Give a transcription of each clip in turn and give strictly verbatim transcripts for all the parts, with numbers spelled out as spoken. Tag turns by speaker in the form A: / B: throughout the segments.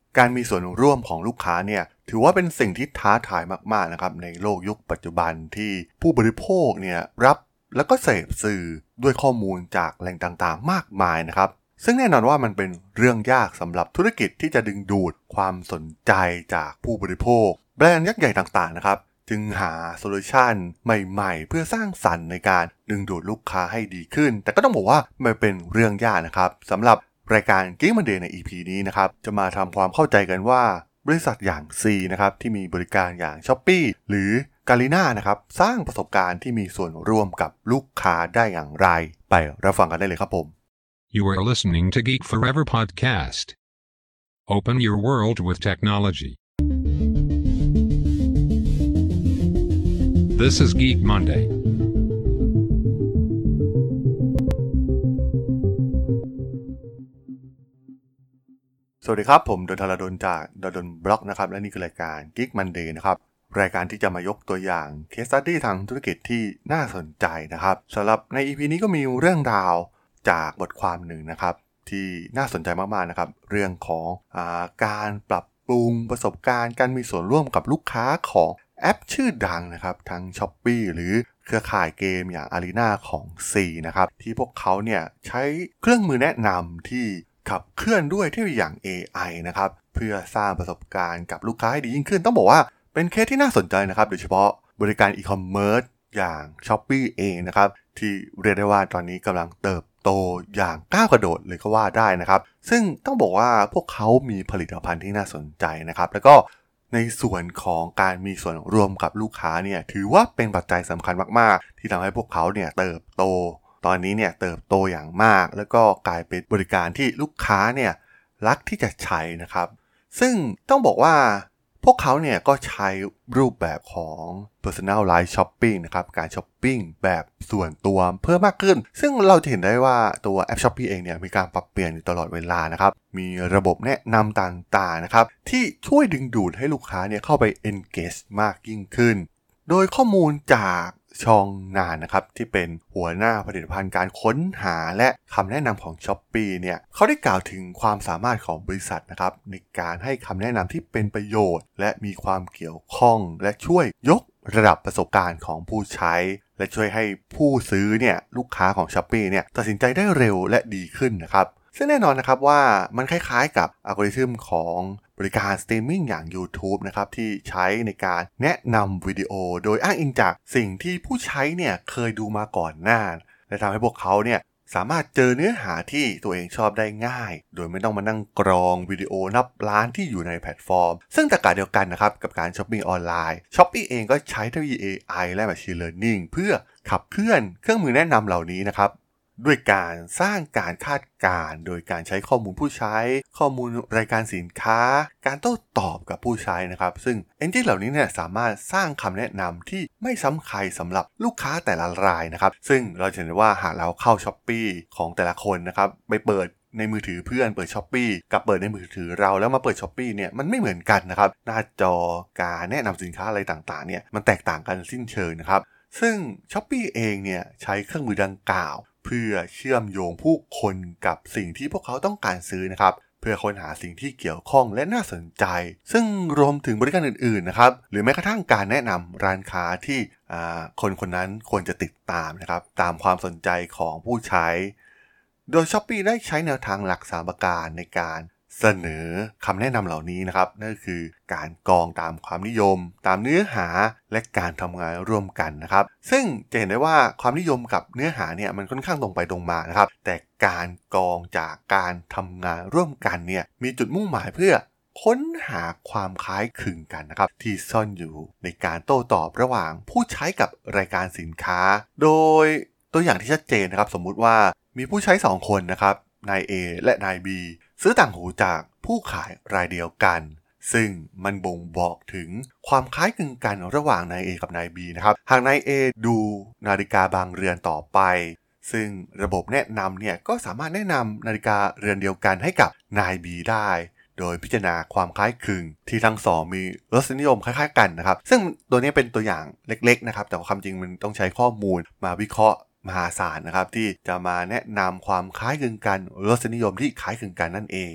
A: การมีส่วนร่วมของลูกค้าเนี่ยถือว่าเป็นสิ่งที่ท้าทายมากๆนะครับในโลกยุคปัจจุบันที่ผู้บริโภคเนี่ยรับแล้วก็เสพสื่อด้วยข้อมูลจากแหล่งต่างๆมากมายนะครับซึ่งแน่นอนว่ามันเป็นเรื่องยากสำหรับธุรกิจที่จะดึงดูดความสนใจจากผู้บริโภคแบรนด์ยักษ์ใหญ่ต่างๆนะครับจึงหาโซลูชันใหม่ๆเพื่อสร้างสรรค์ในการดึงดูดลูกค้าให้ดีขึ้นแต่ก็ต้องบอกว่ามันเป็นเรื่องยากนะครับสำหรับรายการ Geek Monday ใน อี พี นี้นะครับจะมาทำความเข้าใจกันว่าบริษัทอย่าง C นะครับที่มีบริการอย่าง Shopee หรือ Garena นะครับสร้างประสบการณ์ที่มีส่วนร่วมกับลูกค้าได้อย่างไรไปรับฟังกันได้เลยครับผม
B: You are listening to Geek Forever podcast. Open your world with technology. This is Geek Monday.
A: สวัสดีครับผมดนทรดลจากดนบล็อกนะครับและนี่คือรายการ Geek Monday นะครับรายการที่จะมายกตัวอย่าง Case Study ทางธุรกิจที่น่าสนใจนะครับสำหรับใน อี พี นี้ก็มีเรื่องราวจากบทความหนึ่งนะครับที่น่าสนใจมากๆนะครับเรื่องของอ่าการปรับปรุงประสบการณ์การมีส่วนร่วมกับลูกค้าของแอปชื่อดังนะครับทั้ง Shopee หรือเครือข่ายเกมอย่าง Arena ของ C นะครับที่พวกเขาเนี่ยใช้เครื่องมือแนะนำที่ขับเคลื่อนด้วยเทคโนโลยีอย่าง เอ ไอ นะครับเพื่อสร้างประสบการณ์กับลูกค้าให้ดียิ่งขึ้นต้องบอกว่าเป็นเคสที่น่าสนใจนะครับโดยเฉพาะบริการอีคอมเมิร์ซอย่าง Shopee เองนะครับที่เรียกได้ว่าตอนนี้กำลังเติบโตอย่างก้าวกระโดดเลยก็ว่าได้นะครับซึ่งต้องบอกว่าพวกเขามีผลิตภัณฑ์ที่น่าสนใจนะครับแล้วก็ในส่วนของการมีส่วนร่วมกับลูกค้าเนี่ยถือว่าเป็นปัจจัยสำคัญมากๆที่ทำให้พวกเขาเนี่ยเติบโตตอนนี้เนี่ยเติบโตอย่างมากแล้วก็กลายเป็นบริการที่ลูกค้าเนี่ยรักที่จะใช้นะครับซึ่งต้องบอกว่าพวกเขาเนี่ยก็ใช้รูปแบบของ Personalized Shopping นะครับการช้อปปิ้งแบบส่วนตัวเพิ่มมากขึ้นซึ่งเราจะเห็นได้ว่าตัวแอป Shopee เองเนี่ยมีการปรับเปลี่ยนอยู่ตลอดเวลานะครับมีระบบแนะนำต่างๆนะครับที่ช่วยดึงดูดให้ลูกค้าเนี่ยเข้าไป engage มากยิ่งขึ้นโดยข้อมูลจากชองนานนะครับที่เป็นหัวหน้าผลิตภัณฑ์การค้นหาและคำแนะนำของ Shopee เนี่ยเขาได้กล่าวถึงความสามารถของบริษัทนะครับในการให้คำแนะนำที่เป็นประโยชน์และมีความเกี่ยวข้องและช่วยยกระดับประสบการณ์ของผู้ใช้และช่วยให้ผู้ซื้อเนี่ยลูกค้าของ Shopee เนี่ยตัดสินใจได้เร็วและดีขึ้นนะครับซึ่งแน่นอนนะครับว่ามันคล้ายๆกับอัลกอริทึมของบริการสตรีมมิ่งอย่าง YouTube นะครับที่ใช้ในการแนะนำวิดีโอโดยอ้างอิงจากสิ่งที่ผู้ใช้เนี่ยเคยดูมาก่อนหน้าและทำให้พวกเขาเนี่ยสามารถเจอเนื้อหาที่ตัวเองชอบได้ง่ายโดยไม่ต้องมานั่งกรองวิดีโอนับล้านที่อยู่ในแพลตฟอร์มซึ่งตรรกะเดียวกันนะครับกับการช้อปปิ้งออนไลน์ Shopee เองก็ใช้เทคโนโลยี เอ ไอ และ Machine Learning เพื่อขับเคลื่อนเครื่องมือแนะนำเหล่านี้นะครับด้วยการสร้างการคาดการณ์โดยการใช้ข้อมูลผู้ใช้ข้อมูลรายการสินค้าการโต้ตอบกับผู้ใช้นะครับซึ่งเอนจินเหล่านี้เนี่ยสามารถสร้างคำแนะนำที่ไม่ซ้ำใครสำหรับลูกค้าแต่ละรายนะครับซึ่งเราจะเห็นว่าหากเราเข้า Shopee ของแต่ละคนนะครับไปเปิดในมือถือเพื่อนเปิด Shopee กับเปิดในมือถือเราแล้วมาเปิด Shopee เนี่ยมันไม่เหมือนกันนะครับหน้าจอการแนะนำสินค้าอะไรต่างๆเนี่ยมันแตกต่างกันสิ้นเชิงนะครับซึ่ง Shopee เองเนี่ยใช้เครื่องมือดังกล่าวเพื่อเชื่อมโยงผู้คนกับสิ่งที่พวกเขาต้องการซื้อนะครับเพื่อค้นหาสิ่งที่เกี่ยวข้องและน่าสนใจซึ่งรวมถึงบริการอื่นๆนะครับหรือแม้กระทั่งการแนะนำร้านค้าที่คนคนนั้นควรจะติดตามนะครับตามความสนใจของผู้ใช้โดย Shopee ได้ใช้แนวทางหลักสามประการในการเสนอคำแนะนำเหล่านี้นะครับนั่นก็คือการกรองตามความนิยมตามเนื้อหาและการทำงานร่วมกันนะครับซึ่งจะเห็นได้ว่าความนิยมกับเนื้อหาเนี่ยมันค่อนข้างตรงไปตรงมานะครับแต่การกรองจากการทำงานร่วมกันเนี่ยมีจุดมุ่งหมายเพื่อค้นหาความคล้ายคลึงกันนะครับที่ซ่อนอยู่ในการโต้ตอบระหว่างผู้ใช้กับรายการสินค้าโดยตัวอย่างที่ชัดเจนนะครับสมมุติว่ามีผู้ใช้สองคนนะครับนาย A และนาย B ซื้อต่างหูจากผู้ขายรายเดียวกันซึ่งมันบ่งบอกถึงความคล้ายคลึงกันระหว่างนาย A กับนาย B นะครับหากนาย A ดูนาฬิกาบางเรือนต่อไปซึ่งระบบแนะนำเนี่ยก็สามารถแนะนำนาฬิกาเรือนเดียวกันให้กับนาย B ได้โดยพิจารณาความคล้ายคลึงที่ทั้งสองมีรสนิยมคล้ายๆกันนะครับซึ่งตัวนี้เป็นตัวอย่างเล็กๆนะครับแต่ความจริงมันต้องใช้ข้อมูลมาวิเคราะห์มหาศาลนะครับที่จะมาแนะนำความคล้ายคลึงกันรสนิยมที่คล้ายคลึงกันนั่นเอง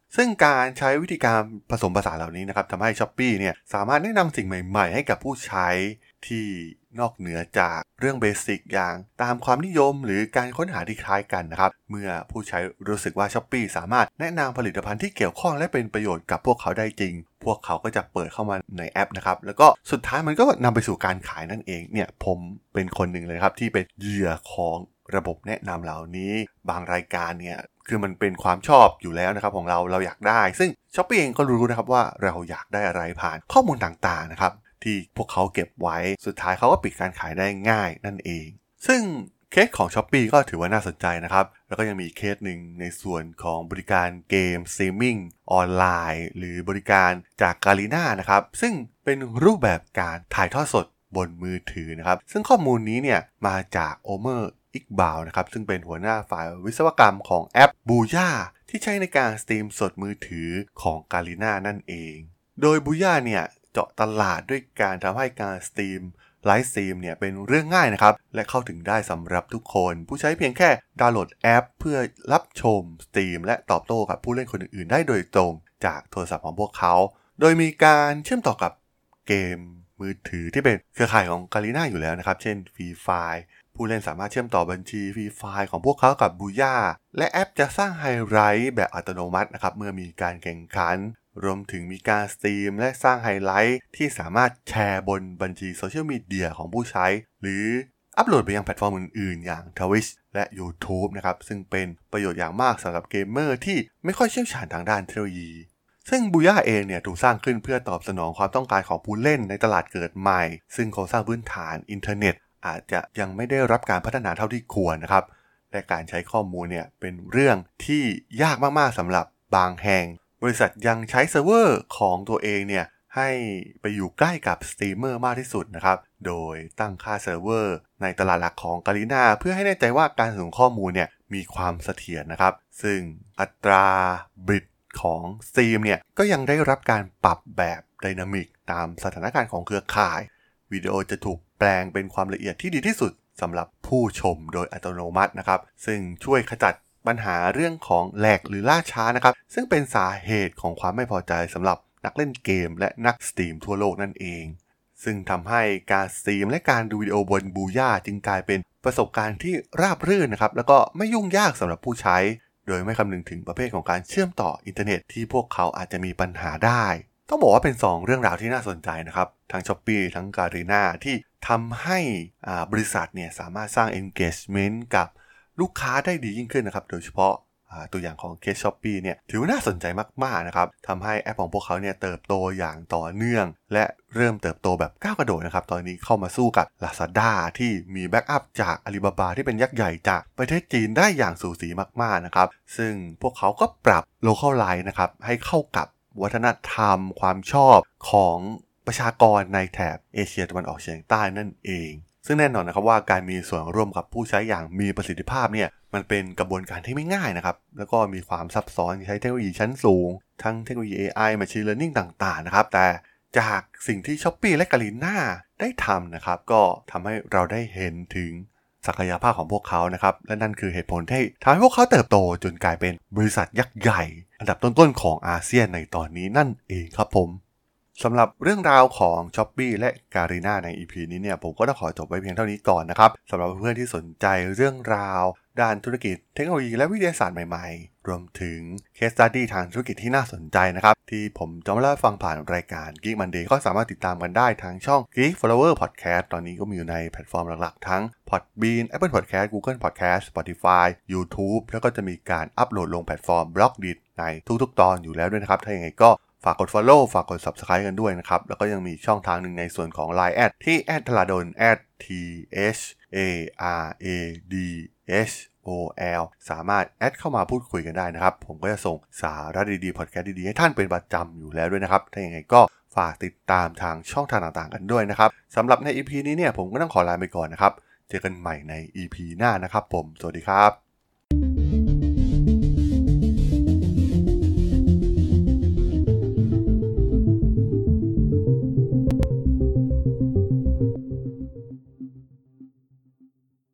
A: ซึ่งการใช้วิธีการผสมผสานเหล่านี้นะครับทำให้ Shopee เนี่ยสามารถแนะนำสิ่งใหม่ๆให้กับผู้ใช้ที่นอกเหนือจากเรื่องเบสิกอย่างตามความนิยมหรือการค้นหาที่คล้ายกันนะครับเมื่อผู้ใช้รู้สึกว่า Shopee สามารถแนะนำผลิตภัณฑ์ที่เกี่ยวข้องและเป็นประโยชน์กับพวกเขาได้จริงพวกเขาก็จะเปิดเข้ามาในแอปนะครับแล้วก็สุดท้ายมันก็นำไปสู่การขายนั่นเองเนี่ยผมเป็นคนหนึ่งเลยครับที่เป็นเหยื่อของระบบแนะนำเหล่านี้บางรายการเนี่ยคือมันเป็นความชอบอยู่แล้วนะครับของเราเราอยากได้ซึ่ง Shopee เองก็รู้นะครับว่าเราอยากได้อะไรผ่านข้อมูลต่างๆนะครับที่พวกเขาเก็บไว้สุดท้ายเขาก็ปิดการขายได้ง่ายนั่นเองซึ่งเคสของ Shopee ก็ถือว่าน่าสนใจนะครับแล้วก็ยังมีเคสหนึ่งในส่วนของบริการเกมสตรีมมิ่งออนไลน์หรือบริการจาก Garena นะครับซึ่งเป็นรูปแบบการถ่ายทอดสดบนมือถือนะครับซึ่งข้อมูลนี้เนี่ยมาจากโอเมอร์อิกบาวนะครับซึ่งเป็นหัวหน้าฝ่ายวิศวกรรมของแอป Booyah ที่ใช้ในการสตรีมสดมือถือของ Garena นั่นเองโดย Booyah เนี่ยเจาะตลาดด้วยการทำให้การสตรีมไลฟ์สตรีมเนี่ยเป็นเรื่องง่ายนะครับและเข้าถึงได้สำหรับทุกคนผู้ใช้เพียงแค่ดาวน์โหลดแอปเพื่อรับชมสตรีมและตอบโต้กับผู้เล่นคนอื่นๆได้โดยตรงจากโทรศัพท์ของพวกเขาโดยมีการเชื่อมต่อกับเกมมือถือที่เป็นเครือข่ายของ Garena อยู่แล้วนะครับเช่น Free Fire ผู้เล่นสามารถเชื่อมต่อบัญชี Free Fire ของพวกเขากับ Booyah และแอปจะสร้างไฮไลท์แบบอัตโนมัตินะครับเมื่อมีการแข่งขันรวมถึงมีการสตรีมและสร้างไฮไลท์ที่สามารถแชร์บนบัญชีโซเชียลมีเดียของผู้ใช้หรืออัปโหลดไปยังแพลตฟอร์มอื่นๆอย่าง Twitch และ YouTube นะครับซึ่งเป็นประโยชน์อย่างมากสำหรับเกมเมอร์ที่ไม่ค่อยเชี่ยวชาญทางด้านเทคโนโลยีซึ่ง Booyah เองเนี่ยถูกสร้างขึ้นเพื่อตอบสนองความต้องการของผู้เล่นในตลาดเกิดใหม่ซึ่งโครงสร้างพื้นฐานอินเทอร์เน็ตอาจจะยังไม่ได้รับการพัฒนาเท่าที่ควรนะครับและการใช้ข้อมูลเนี่ยเป็นเรื่องที่ยากมากๆสำหรับบางแห่งบริษัทยังใช้เซิร์ฟเวอร์ของตัวเองเนี่ยให้ไปอยู่ใกล้กับสตรีมเมอร์มากที่สุดนะครับโดยตั้งค่าเซิร์ฟเวอร์ในตลาดหลักของ Garena เพื่อให้แน่ใจว่าการส่งข้อมูลเนี่ยมีความเสถียรนะครับซึ่งอัตราบิตของ Steam เนี่ยก็ยังได้รับการปรับแบบไดนามิกตามสถานการณ์ของเครือข่ายวิดีโอจะถูกแปลงเป็นความละเอียดที่ดีที่สุดสำหรับผู้ชมโดยอัตโนมัตินะครับซึ่งช่วยขจัดปัญหาเรื่องของแลกหรือล่าช้านะครับซึ่งเป็นสาเหตุของความไม่พอใจสำหรับนักเล่นเกมและนักสตรีมทั่วโลกนั่นเองซึ่งทำให้การสตรีมและการดูวิดีโอบน Booyah จึงกลายเป็นประสบการณ์ที่ราบรื่นนะครับแล้วก็ไม่ยุ่งยากสำหรับผู้ใช้โดยไม่คำนึงถึงประเภทของการเชื่อมต่ออินเทอร์เน็ตที่พวกเขาอาจจะมีปัญหาได้ต้องบอกว่าเป็นสองเรื่องราวที่น่าสนใจนะครับทั้ง Shopee ทั้ง Garena ที่ทำให้บริษัทเนี่ยสามารถสร้าง engagement กับลูกค้าได้ดียิ่งขึ้นนะครับโดยเฉพาะตัวอย่างของเคส Shopee เนี่ยถือว่าน่าสนใจมากๆนะครับทำให้แอปของพวกเขาเนี่ยเติบโตอย่างต่อเนื่องและเริ่มเติบโตแบบก้าวกระโดดนะครับตอนนี้เข้ามาสู้กับ Lazada ที่มีแบ็กอัพจาก Alibaba ที่เป็นยักษ์ใหญ่จากประเทศจีนได้อย่างสูสีมากๆนะครับซึ่งพวกเขาก็ปรับ Localize นะครับให้เข้ากับวัฒนธรรมความชอบของประชากรในแถบเอเชียตะวันออกเฉียงใต้นั่นเองซึ่งแน่นอนนะครับว่าการมีส่วนร่วมกับผู้ใช้อย่างมีประสิทธิภาพเนี่ยมันเป็นกระบวนการที่ไม่ง่ายนะครับแล้วก็มีความซับซ้อนใช้เทคโนโลยีชั้นสูงทั้งเทคโนโลยี เอ ไอ Machine Learning ต่างๆนะครับแต่จากสิ่งที่ Shopee และ Garena ได้ทำนะครับก็ทำให้เราได้เห็นถึงศักยภาพของพวกเขานะครับและนั่นคือเหตุผลที่ทำให้พวกเขาเติบโตจนกลายเป็นบริษัทยักษ์ใหญ่อันดับต้นๆของอาเซียนในตอนนี้นั่นเองครับผมสำหรับเรื่องราวของ Shopee และ Garena ใน อี พี นี้เนี่ยผมก็ต้องขอจบไว้เพียงเท่านี้ก่อนนะครับสำหรับเพื่อนๆที่สนใจเรื่องราวด้านธุรกิจเทคโนโลยีและวิทยาศาสตร์ใหม่ๆรวมถึง Case Study ทางธุรกิจที่น่าสนใจนะครับที่ผมจะมาเล่าให้ฟังผ่านรายการ Geek Monday ก็สามารถติดตามกันได้ทางช่อง Geek Flower Podcast ตอนนี้ก็มีอยู่ในแพลตฟอร์มหลักๆทั้ง Podbean Apple Podcast Google Podcast Spotify YouTube แล้วก็จะมีการอัปโหลดลงแพลตฟอร์ม Blogdit ในทุกๆตอนอยู่แล้วด้วยนะครับถ้าอย่างไรก็ฝากกด follow ฝากกด subscribe กันด้วยนะครับแล้วก็ยังมีช่องทางหนึ่งในส่วนของ ไลน์ แอดที่ แอท ทราดล แอท ที เอช เอ อาร์ เอ ดี เอช โอ แอล สามารถแอดเข้ามาพูดคุยกันได้นะครับผมก็จะส่งสาระดีๆพอดแคสต์ดีๆให้ท่านเป็นประจำอยู่แล้วด้วยนะครับถ้าอย่างไรก็ฝากติดตามทางช่องทางต่างๆกันด้วยนะครับสำหรับใน อี พี นี้เนี่ยผมก็ต้องขอลาไปก่อนนะครับเจอกันใหม่ใน อี พี หน้านะครับผมสวัสดีครับ